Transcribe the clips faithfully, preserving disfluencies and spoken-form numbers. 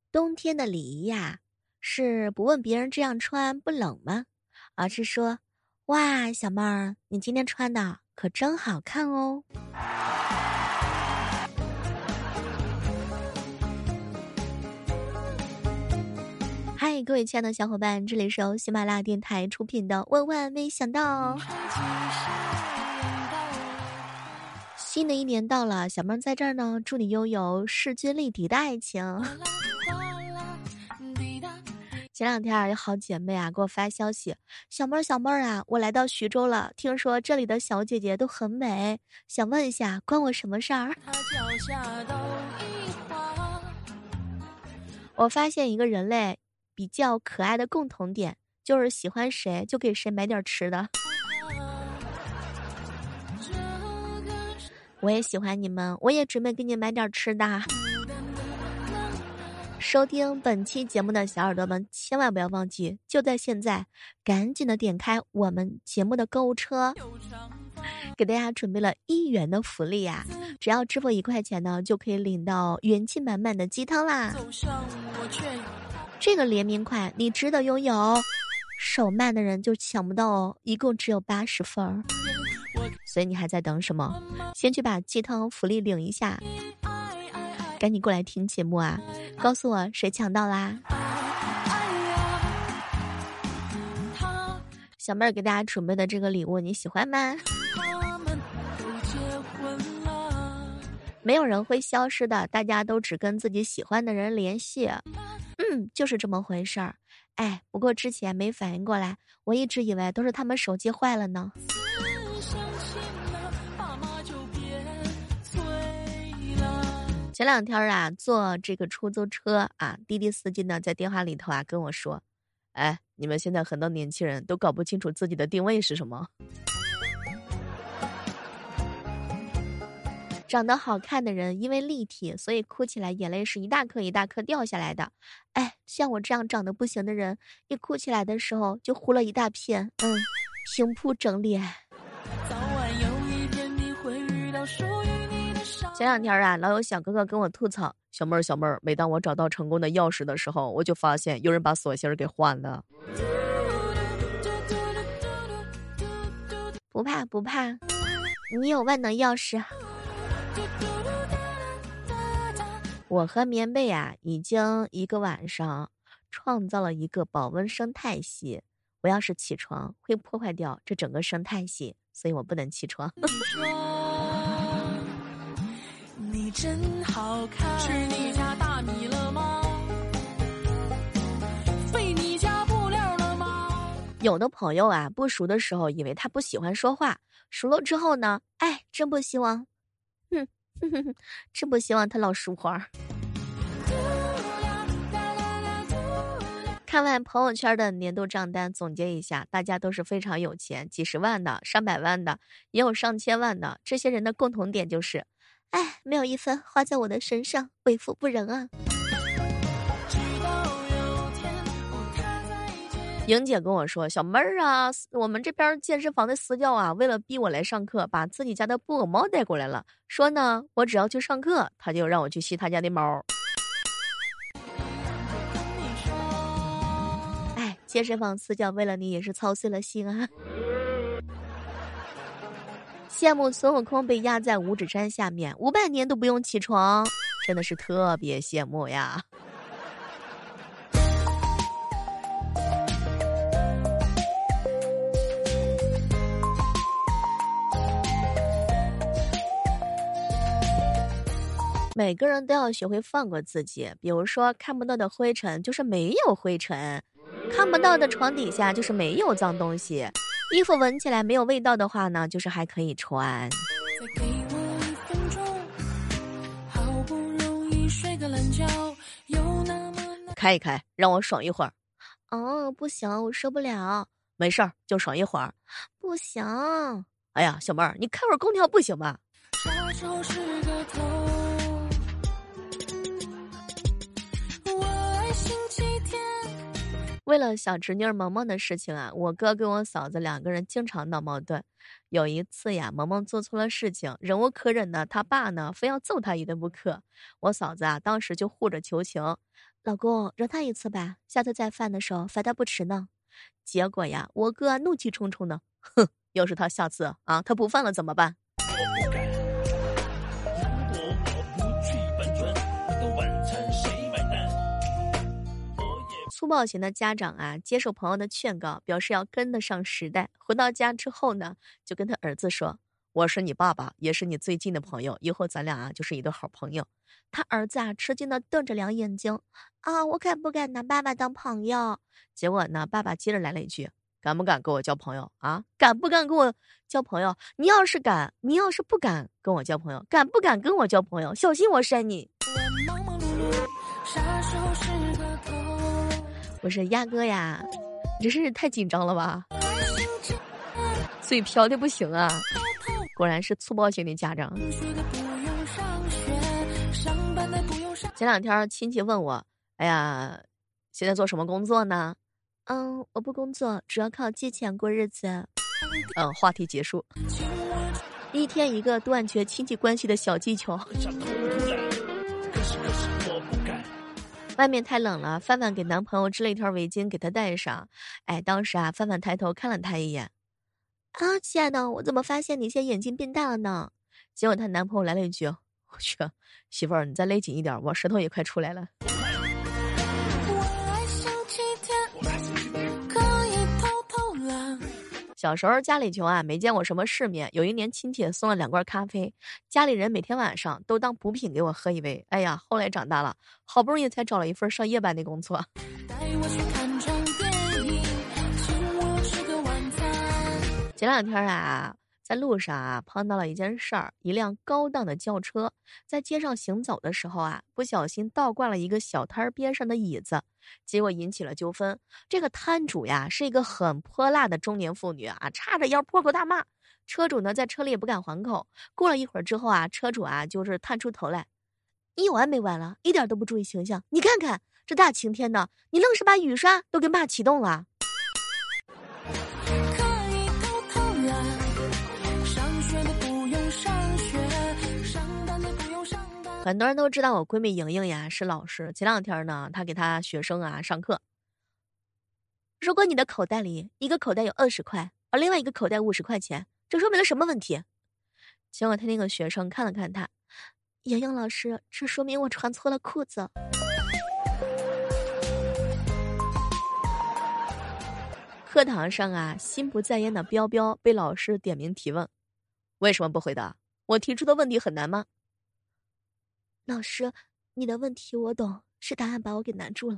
冬天的礼仪呀，是不问别人这样穿不冷吗？而是说，哇，小妹儿，你今天穿的可真好看哦。嗨，各位亲爱的小伙伴，这里是由喜马拉雅电台出品的《万万没想到》。新的一年到了，小妹儿在这儿呢，祝你拥有势均力敌的爱情。前两天啊，有好姐妹啊给我发消息，小妹儿小妹儿啊，我来到徐州了，听说这里的小姐姐都很美，想问一下，关我什么事儿？我发现一个人类比较可爱的共同点，就是喜欢谁就给谁买点吃的。我也喜欢你们，我也准备给你买点吃的。收听本期节目的小耳朵们，千万不要忘记，就在现在，赶紧的点开我们节目的购物车，给大家准备了一元的福利呀、啊！只要支付一块钱呢，就可以领到元气满满的鸡汤啦。这个联名款你值得拥有，手慢的人就抢不到哦，一共只有八十份儿。所以你还在等什么？先去把鸡汤福利领一下，赶紧过来听节目啊！告诉我谁抢到啦？小妹儿给大家准备的这个礼物你喜欢吗？没有人会消失的，大家都只跟自己喜欢的人联系。嗯，就是这么回事儿。哎，不过之前没反应过来，我一直以为都是他们手机坏了呢。前两天啊，坐这个出租车啊，滴滴司机呢在电话里头啊跟我说：“哎，你们现在很多年轻人都搞不清楚自己的定位是什么。”长得好看的人因为立体，所以哭起来眼泪是一大颗一大颗掉下来的。哎，像我这样长得不行的人，一哭起来的时候就糊了一大片。嗯，平铺整脸。早晚有一天你会遇到属于你的少。前两天啊，老有小哥哥跟我吐槽：“小妹儿，小妹儿，每当我找到成功的钥匙的时候，我就发现有人把锁芯儿给换了。”不怕不怕，你有万能钥匙。我和棉被啊，已经一个晚上创造了一个保温生态系。我要是起床，会破坏掉这整个生态系，所以我不能起床。你真好看，吃你家大米了吗？费你家布料了吗？有的朋友啊，不熟的时候以为他不喜欢说话，熟了之后呢，哎，真不希望，哼。真不希望他老说话。看完朋友圈的年度账单，总结一下，大家都是非常有钱，几十万的、上百万的，也有上千万的。这些人的共同点就是，哎，没有一分花在我的身上，为富不仁啊。莹姐跟我说：“小妹儿啊，我们这边健身房的私教啊，为了逼我来上课，把自己家的布偶猫带过来了。说呢，我只要去上课，他就让我去吸他家的猫。”哎，健身房私教为了你也是操碎了心啊！羡慕孙悟空被压在五指山下面，五百年都不用起床，真的是特别羡慕呀。每个人都要学会放过自己，比如说看不到的灰尘就是没有灰尘，看不到的床底下就是没有脏东西，衣服闻起来没有味道的话呢，就是还可以穿。再给我一分钟，好不容易睡个懒觉，有那么开一开，让我爽一会儿。哦，不行，我受不了。没事儿，就爽一会儿。不行。哎呀，小妹儿，你开会儿空调不行吗？这就是个头。为了小侄女儿萌萌的事情啊，我哥跟我嫂子两个人经常闹矛盾。有一次呀，萌萌做错了事情，忍无可忍的他爸呢非要揍他一顿不可。我嫂子啊当时就护着求情， 老公饶他一次吧，下次再犯的时候罚他不迟呢。结果呀，我哥怒气冲冲的，哼，要是他下次啊他不犯了怎么办？粗暴型的家长啊，接受朋友的劝告，表示要跟得上时代。回到家之后呢，就跟他儿子说：“我是你爸爸，也是你最近的朋友，以后咱俩啊就是一对好朋友。”他儿子啊吃惊的瞪着两眼睛，啊，我可不敢拿爸爸当朋友。结果呢，爸爸接着来了一句：“敢不敢跟我交朋友啊？敢不敢跟我交朋友？你要是敢，你要是不敢跟我交朋友，敢不敢跟我交朋友？小心我扇你！”我说鸭哥呀，你这是太紧张了吧，嘴瓢的不行啊，果然是粗暴型的家长。前两天亲戚问我，哎呀，现在做什么工作呢？嗯，我不工作，主要靠借钱过日子。嗯，话题结束。一天一个断绝亲戚关系的小技巧。外面太冷了，范范给男朋友织了一条围巾给他戴上。哎，当时啊，范范抬头看了他一眼，啊，亲爱的，我怎么发现你现在眼睛变大了呢？结果她男朋友来了一句：“我去，媳妇儿，你再勒紧一点，我舌头也快出来了。”小时候家里穷啊，没见过什么世面。有一年亲戚送了两罐咖啡，家里人每天晚上都当补品给我喝一杯。哎呀，后来长大了，好不容易才找了一份上夜班的工作。前两天啊，在路上啊碰到了一件事儿，一辆高档的轿车在街上行走的时候啊，不小心倒挂了一个小摊边上的椅子，结果引起了纠纷。这个摊主呀是一个很泼辣的中年妇女啊，叉着腰破口大骂。车主呢在车里也不敢还口。过了一会儿之后啊，车主啊就是探出头来：“你有完没完了？一点都不注意形象！你看看这大晴天的，你愣是把雨刷都给骂启动了。”很多人都知道我闺蜜莹莹呀是老师。前两天呢，她给她学生啊上课。如果你的口袋里一个口袋有二十块，而另外一个口袋五十块钱，这说明了什么问题？结果她那个学生看了看她，莹莹老师，这说明我穿错了裤子。课堂上啊，心不在焉的彪彪被老师点名提问，为什么不回答？我提出的问题很难吗？老师，你的问题我懂，是答案把我给难住了。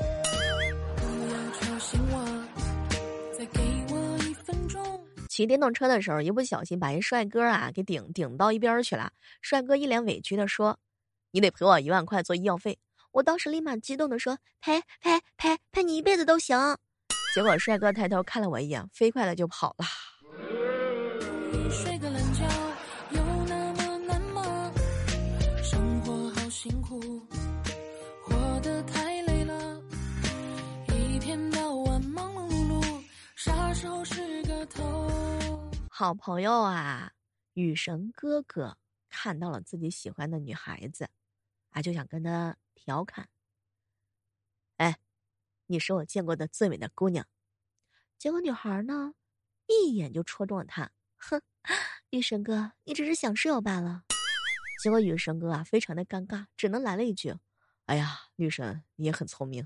骑电动车的时候，一不小心把一帅哥啊给顶顶到一边去了。帅哥一脸委屈的说：“你得赔我一万块做医药费。”我当时立马激动的说：“赔赔赔赔你一辈子都行。”结果帅哥抬头看了我一眼，飞快的就跑了。睡个懒觉有那么难吗？生活好辛苦，活得太累了，一天到晚忙忙碌碌，啥时候是个头？好朋友啊，雨神哥哥看到了自己喜欢的女孩子，啊，就想跟她调侃：“哎，你是我见过的最美的姑娘。”结果女孩呢，一眼就戳中了他。哼，雨神哥，你只是想室罢了。结果雨神哥啊，非常的尴尬，只能来了一句：“哎呀，女神，你也很聪明。”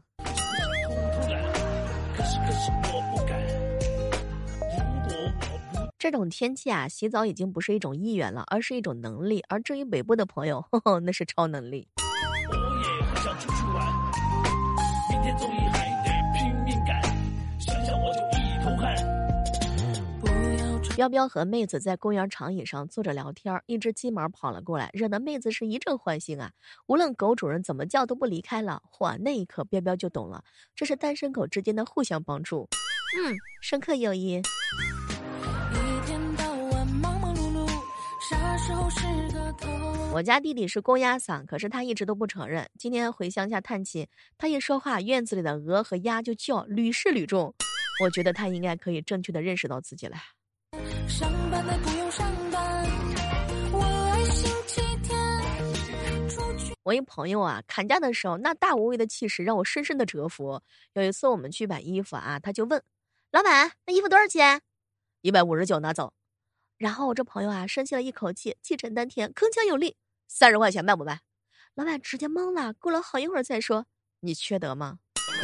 这种天气啊，洗澡已经不是一种意愿了，而是一种能力。而至于北部的朋友，呵呵，那是超能力。我也很想出去玩，明天终于还得拼命赶，想想我就一头汗。彪彪和妹子在公园长椅上坐着聊天，一只金毛跑了过来，惹得妹子是一阵欢心啊！无论狗主人怎么叫都不离开了。哇，那一刻彪彪就懂了，这是单身狗之间的互相帮助。嗯，深刻友谊。我家弟弟是公鸭嗓，可是他一直都不承认。今天回乡下探亲，他一说话，院子里的鹅和鸭就叫，屡试屡中。我觉得他应该可以正确的认识到自己了。上班的不用上班，我爱星期天出去。 我一朋友啊，砍价的时候那大无畏的气势让我深深的折服。有一次我们去买衣服啊，他就问老板：“那衣服多少钱？”一百五十九，拿走。然后我这朋友啊，深吸了一口气，气沉丹田，铿锵有力：“三十块钱卖不卖？”老板直接懵了，过了好一会儿才说：“你缺德吗？”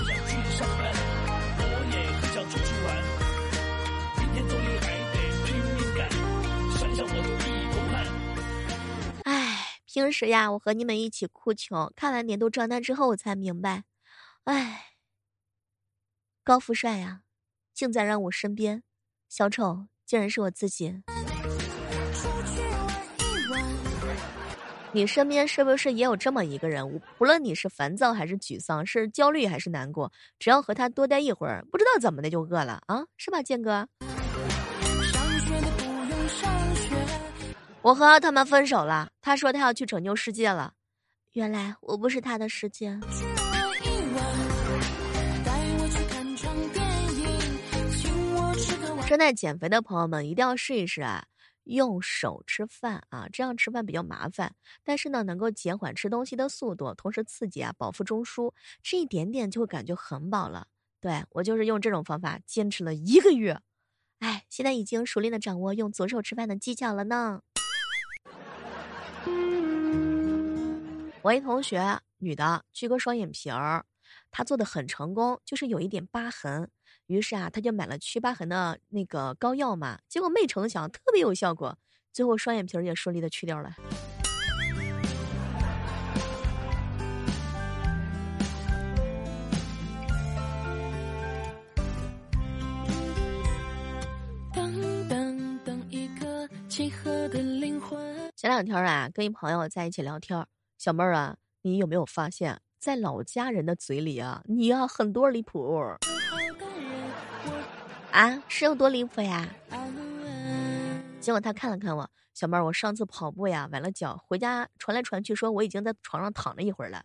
唉，平时呀，我和你们一起哭穷，看完年度账单之后，我才明白，唉，高富帅呀，竟在让我身边，小丑竟然是我自己。你身边是不是也有这么一个人？不论你是烦躁还是沮丧，是焦虑还是难过，只要和他多待一会儿，不知道怎么的就饿了啊，是吧，建哥？我和他们分手了，他说他要去拯救世界了，原来我不是他的世界。正在减肥的朋友们一定要试一试啊，用手吃饭啊，这样吃饭比较麻烦，但是呢能够减缓吃东西的速度，同时刺激啊饱腹中枢，吃一点点就会感觉很饱了。对，我就是用这种方法坚持了一个月，哎，现在已经熟练的掌握用左手吃饭的技巧了呢。我一同学女的去个双眼皮儿，她做的很成功，就是有一点疤痕，于是啊她就买了祛疤痕的那个膏药嘛，结果没成想特别有效果，最后双眼皮儿也顺利的去掉了。等等等一个契合的灵魂。前两天啊跟一朋友在一起聊天，小妹儿啊，你有没有发现在老家人的嘴里啊，你啊很多离谱啊，是有多离谱呀？结果他看了看我，小妹儿，我上次跑步呀崴了脚，回家传来传去说我已经在床上躺了一会儿了。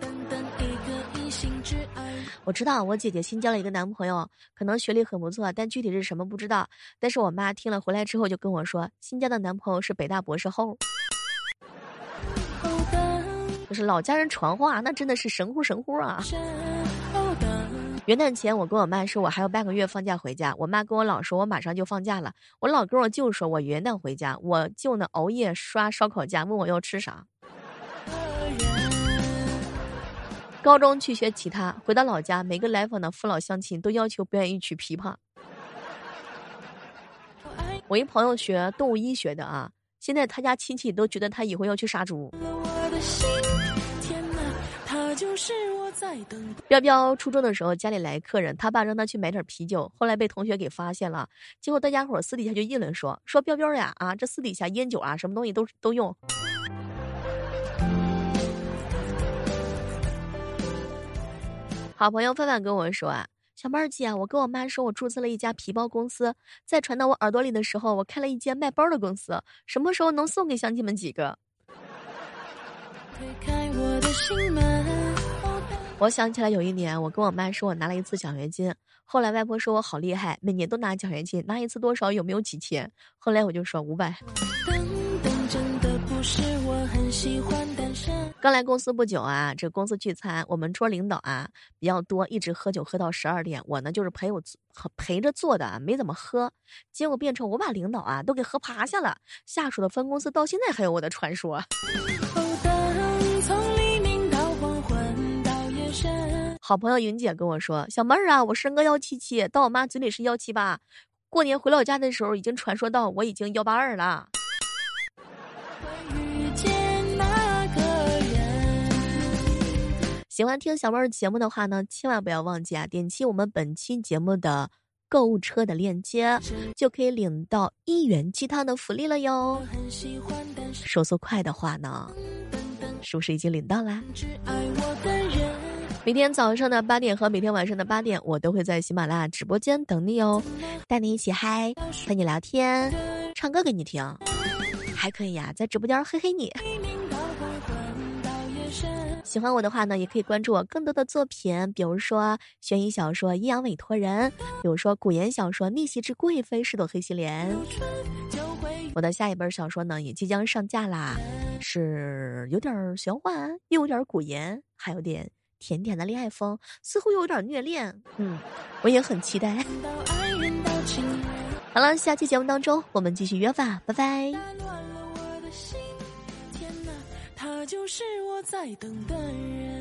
我知道我姐姐新交了一个男朋友，可能学历很不错，但具体是什么不知道。但是我妈听了回来之后就跟我说，新交的男朋友是北大博士后。就是老家人传话，那真的是神乎神乎啊！元旦前我跟我妈说我还有半个月放假回家，我妈跟我老说我马上就放假了，我老跟我舅说我元旦回家，我舅呢熬夜刷烧烤架，问我要吃啥。高中去学吉他，回到老家，每个来访的父老乡亲都要求表演一曲琵琶。我一朋友学动物医学的啊，现在他家亲戚都觉得他以后要去杀猪。彪彪初中的时候家里来客人，他爸让他去买点啤酒，后来被同学给发现了，结果大家伙私底下就议论说说彪彪呀啊，这私底下烟酒啊什么东西都都用。好朋友范范跟我说啊，小妹儿姐，我跟我妈说我注册了一家皮包公司，在传到我耳朵里的时候，我开了一间卖包的公司，什么时候能送给乡亲们几个？我想起来有一年我跟我妈说我拿了一次奖学金，后来外婆说我好厉害，每年都拿奖学金，拿一次多少有没有几千，后来我就说五百。刚来公司不久啊，这公司聚餐，我们桌领导啊比较多，一直喝酒喝到十二点，我呢就是陪我陪着做的，没怎么喝，结果变成我把领导啊都给喝趴下了，下属的分公司到现在还有我的传说。好朋友云姐跟我说，小妹儿啊，我身高一七七，到我妈嘴里是一七八，过年回老家的时候已经传说到我已经一八二了。喜欢听小妹儿节目的话呢，千万不要忘记啊，点击我们本期节目的购物车的链接，就可以领到一元鸡汤的福利了哟。手速快的话呢，是不是已经领到啦？每天早上的八点和每天晚上的八点，我都会在喜马拉雅直播间等你哦，带你一起嗨，陪你聊天，唱歌给你听，还可以呀、啊，在直播间嘿嘿你。喜欢我的话呢，也可以关注我更多的作品，比如说悬疑小说《阴阳委托人》，比如说古言小说《逆袭之贵妃是朵黑心莲》， 我的下一本小说呢也即将上架啦，是有点玄幻，又有点古言，还有点甜甜的恋爱风，似乎又有点虐恋。嗯，我也很期待。好了，下期节目当中我们继续约吧，拜拜。 他就是我在等的人。